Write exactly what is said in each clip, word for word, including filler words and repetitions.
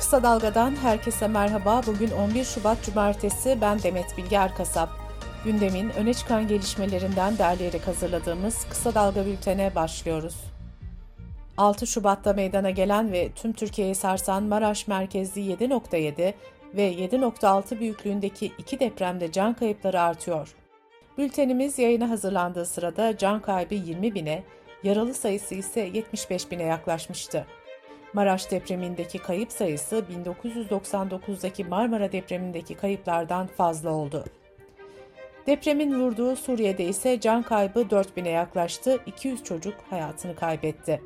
Kısa Dalga'dan herkese merhaba. Bugün on bir Şubat Cumartesi. Ben Demet Bilge Erkasap. Gündemin öne çıkan gelişmelerinden derleyerek hazırladığımız Kısa Dalga bültene başlıyoruz. altı Şubat'ta meydana gelen ve tüm Türkiye'yi sarsan Maraş merkezli yedi nokta yedi ve yedi nokta altı büyüklüğündeki iki depremde can kayıpları artıyor. Bültenimiz yayına hazırlandığı sırada can kaybı yirmi bine, yaralı sayısı ise yetmiş beş bine yaklaşmıştı. Maraş depremindeki kayıp sayısı bin dokuz yüz doksan dokuzdaki Marmara depremindeki kayıplardan fazla oldu. Depremin vurduğu Suriye'de ise can kaybı dört bine yaklaştı, iki yüz çocuk hayatını kaybetti.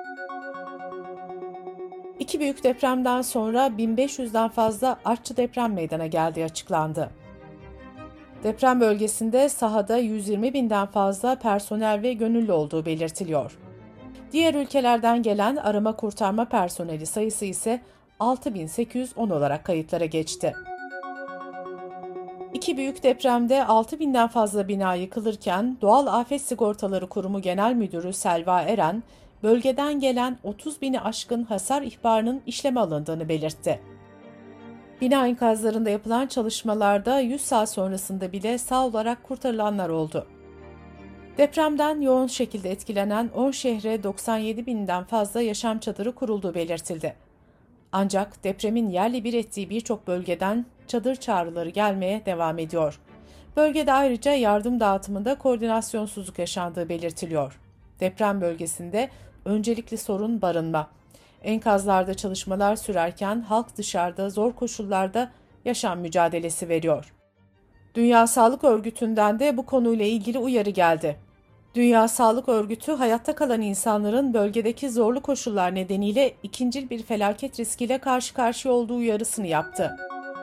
İki büyük depremden sonra bin beş yüzden fazla artçı deprem meydana geldiği açıklandı. Deprem bölgesinde sahada yüz yirmi binden fazla personel ve gönüllü olduğu belirtiliyor. Diğer ülkelerden gelen arama kurtarma personeli sayısı ise altı bin sekiz yüz on olarak kayıtlara geçti. İki büyük depremde altı binden fazla bina yıkılırken Doğal Afet Sigortaları Kurumu Genel Müdürü Selva Eren, bölgeden gelen otuz bini aşkın hasar ihbarının işleme alındığını belirtti. Bina enkazlarında yapılan çalışmalarda yüz saat sonrasında bile sağ olarak kurtarılanlar oldu. Depremden yoğun şekilde etkilenen on şehre doksan yedi binden fazla yaşam çadırı kurulduğu belirtildi. Ancak depremin yerle bir ettiği birçok bölgeden çadır çağrıları gelmeye devam ediyor. Bölgede ayrıca yardım dağıtımında koordinasyonsuzluk yaşandığı belirtiliyor. Deprem bölgesinde öncelikli sorun barınma. Enkazlarda çalışmalar sürerken halk dışarıda zor koşullarda yaşam mücadelesi veriyor. Dünya Sağlık Örgütü'nden de bu konuyla ilgili uyarı geldi. Dünya Sağlık Örgütü, hayatta kalan insanların bölgedeki zorlu koşullar nedeniyle ikincil bir felaket riskiyle karşı karşıya olduğu uyarısını yaptı.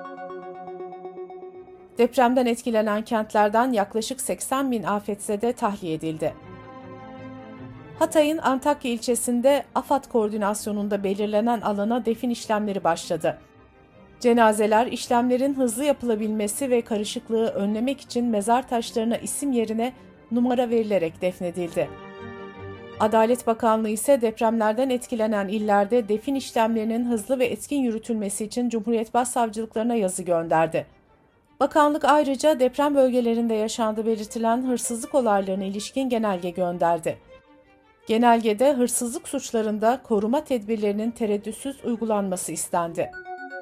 Depremden etkilenen kentlerden yaklaşık seksen bin afetzede tahliye edildi. Hatay'ın Antakya ilçesinde AFAD koordinasyonunda belirlenen alana defin işlemleri başladı. Cenazeler, işlemlerin hızlı yapılabilmesi ve karışıklığı önlemek için mezar taşlarına isim yerine numara verilerek defnedildi. Adalet Bakanlığı ise depremlerden etkilenen illerde defin işlemlerinin hızlı ve etkin yürütülmesi için Cumhuriyet Başsavcılıklarına yazı gönderdi. Bakanlık ayrıca deprem bölgelerinde yaşandığı belirtilen hırsızlık olaylarına ilişkin genelge gönderdi. Genelgede hırsızlık suçlarında koruma tedbirlerinin tereddütsüz uygulanması istendi.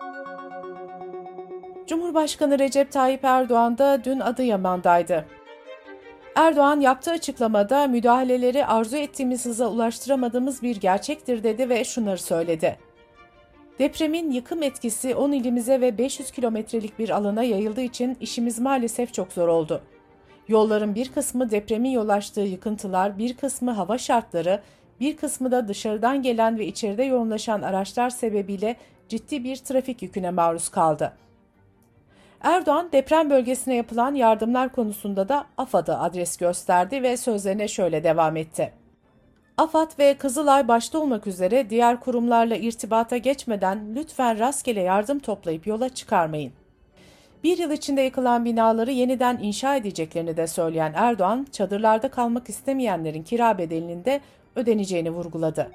Cumhurbaşkanı Recep Tayyip Erdoğan da dün Adıyaman'daydı. Erdoğan yaptığı açıklamada müdahaleleri arzu ettiğimiz hıza ulaştıramadığımız bir gerçektir dedi ve şunları söyledi. Depremin yıkım etkisi on ilimize ve beş yüz kilometrelik bir alana yayıldığı için işimiz maalesef çok zor oldu. Yolların bir kısmı depremin yol açtığı yıkıntılar, bir kısmı hava şartları, bir kısmı da dışarıdan gelen ve içeride yoğunlaşan araçlar sebebiyle ciddi bir trafik yüküne maruz kaldı. Erdoğan, deprem bölgesine yapılan yardımlar konusunda da AFAD'a adres gösterdi ve sözlerine şöyle devam etti. AFAD ve Kızılay başta olmak üzere diğer kurumlarla irtibata geçmeden lütfen rastgele yardım toplayıp yola çıkarmayın. Bir yıl içinde yıkılan binaları yeniden inşa edeceklerini de söyleyen Erdoğan, çadırlarda kalmak istemeyenlerin kira bedelinin de ödeneceğini vurguladı.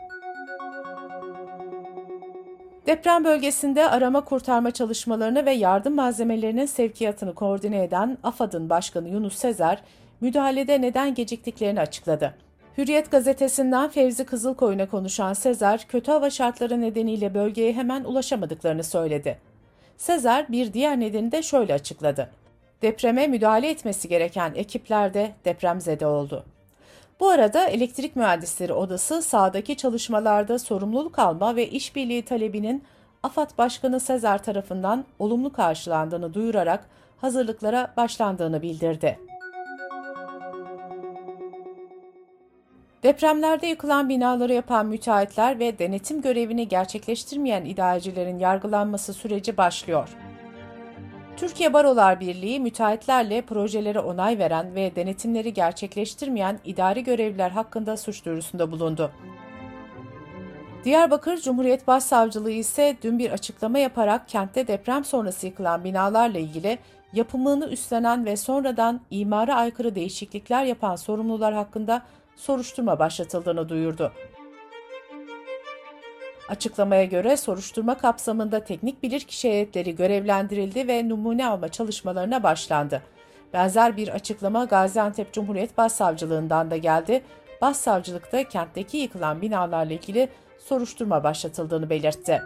Deprem bölgesinde arama kurtarma çalışmalarını ve yardım malzemelerinin sevkiyatını koordine eden AFAD'ın başkanı Yunus Sezer, müdahalede neden geciktiklerini açıkladı. Hürriyet gazetesinden Fevzi Kızılkoyun'a konuşan Sezer, kötü hava şartları nedeniyle bölgeye hemen ulaşamadıklarını söyledi. Sezer bir diğer nedeni de şöyle açıkladı. Depreme müdahale etmesi gereken ekipler de depremzede oldu. Bu arada Elektrik Mühendisleri Odası sahadaki çalışmalarda sorumluluk alma ve işbirliği talebinin AFAD Başkanı Sezer tarafından olumlu karşılandığını duyurarak hazırlıklara başlandığını bildirdi. Depremlerde yıkılan binaları yapan müteahhitler ve denetim görevini gerçekleştirmeyen idarecilerin yargılanması süreci başlıyor. Türkiye Barolar Birliği, müteahhitlerle projelere onay veren ve denetimleri gerçekleştirmeyen idari görevliler hakkında suç duyurusunda bulundu. Diyarbakır Cumhuriyet Başsavcılığı ise dün bir açıklama yaparak kentte deprem sonrası yıkılan binalarla ilgili yapımını üstlenen ve sonradan imara aykırı değişiklikler yapan sorumlular hakkında soruşturma başlatıldığını duyurdu. Açıklamaya göre soruşturma kapsamında teknik bilirkişi heyetleri görevlendirildi ve numune alma çalışmalarına başlandı. Benzer bir açıklama Gaziantep Cumhuriyet Başsavcılığından da geldi. Başsavcılıkta kentteki yıkılan binalarla ilgili soruşturma başlatıldığını belirtti.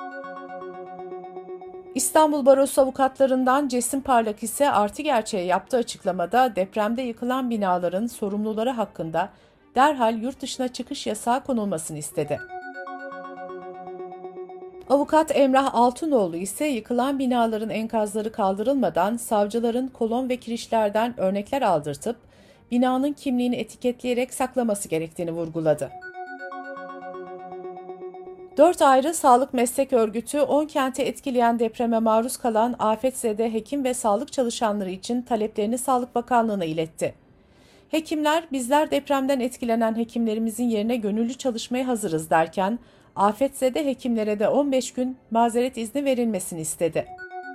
İstanbul Barosu avukatlarından Cesim Parlak ise Artı Gerçeğe yaptığı açıklamada depremde yıkılan binaların sorumluları hakkında derhal yurt dışına çıkış yasağı konulmasını istedi. Avukat Emrah Altınoğlu ise yıkılan binaların enkazları kaldırılmadan savcıların kolon ve kirişlerden örnekler aldırtıp binanın kimliğini etiketleyerek saklaması gerektiğini vurguladı. Dört ayrı sağlık meslek örgütü on kenti etkileyen depreme maruz kalan afetzede hekim ve sağlık çalışanları için taleplerini Sağlık Bakanlığı'na iletti. Hekimler, bizler depremden etkilenen hekimlerimizin yerine gönüllü çalışmaya hazırız derken, afetzede hekimlere de on beş gün mazeret izni verilmesini istedi.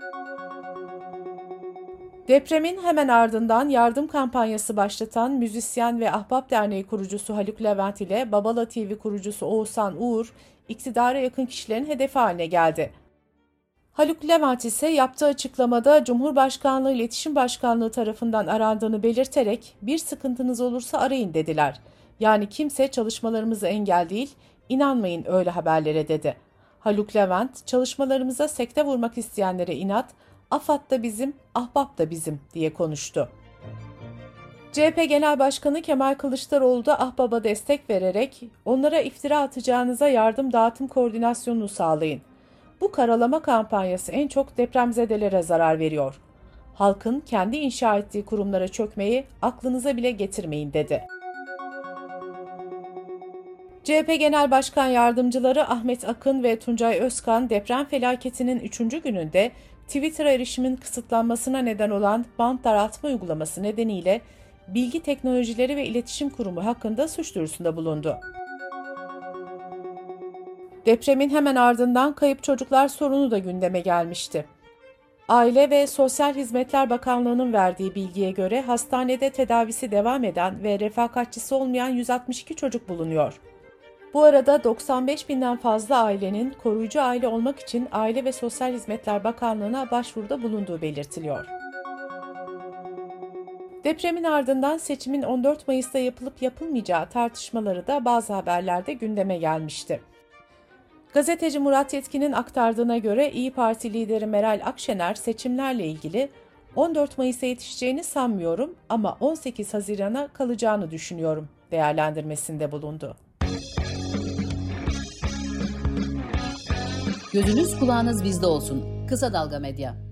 Depremin hemen ardından yardım kampanyası başlatan müzisyen ve Ahbap Derneği kurucusu Haluk Levent ile Babala T V kurucusu Oğuzhan Uğur, iktidara yakın kişilerin hedefi haline geldi. Haluk Levent ise yaptığı açıklamada Cumhurbaşkanlığı İletişim Başkanlığı tarafından arandığını belirterek bir sıkıntınız olursa arayın dediler. Yani kimse çalışmalarımıza engel değil, inanmayın öyle haberlere dedi. Haluk Levent, çalışmalarımıza sekte vurmak isteyenlere inat, AFAD da bizim, Ahbap da bizim diye konuştu. C H P Genel Başkanı Kemal Kılıçdaroğlu da Ahbap'a destek vererek onlara iftira atacağınıza yardım dağıtım koordinasyonunu sağlayın. Bu karalama kampanyası en çok depremzedelere zarar veriyor. Halkın kendi inşa ettiği kurumlara çökmeyi aklınıza bile getirmeyin dedi. C H P Genel Başkan Yardımcıları Ahmet Akın ve Tuncay Özkan deprem felaketinin üçüncü gününde Twitter'a erişimin kısıtlanmasına neden olan bant daraltma uygulaması nedeniyle Bilgi Teknolojileri ve İletişim Kurumu hakkında suç duyurusunda bulundu. Depremin hemen ardından kayıp çocuklar sorunu da gündeme gelmişti. Aile ve Sosyal Hizmetler Bakanlığı'nın verdiği bilgiye göre hastanede tedavisi devam eden ve refakatçisi olmayan yüz altmış iki çocuk bulunuyor. Bu arada doksan beş binden fazla ailenin koruyucu aile olmak için Aile ve Sosyal Hizmetler Bakanlığı'na başvuruda bulunduğu belirtiliyor. Depremin ardından seçimin on dört Mayıs'ta yapılıp yapılmayacağı tartışmaları da bazı haberlerde gündeme gelmişti. Gazeteci Murat Yetkin'in aktardığına göre İYİ Parti lideri Meral Akşener seçimlerle ilgili on dört Mayıs'a yetişeceğini sanmıyorum ama on sekiz Haziran'a kalacağını düşünüyorum değerlendirmesinde bulundu. Gözünüz kulağınız bizde olsun. Kısa Dalga Medya.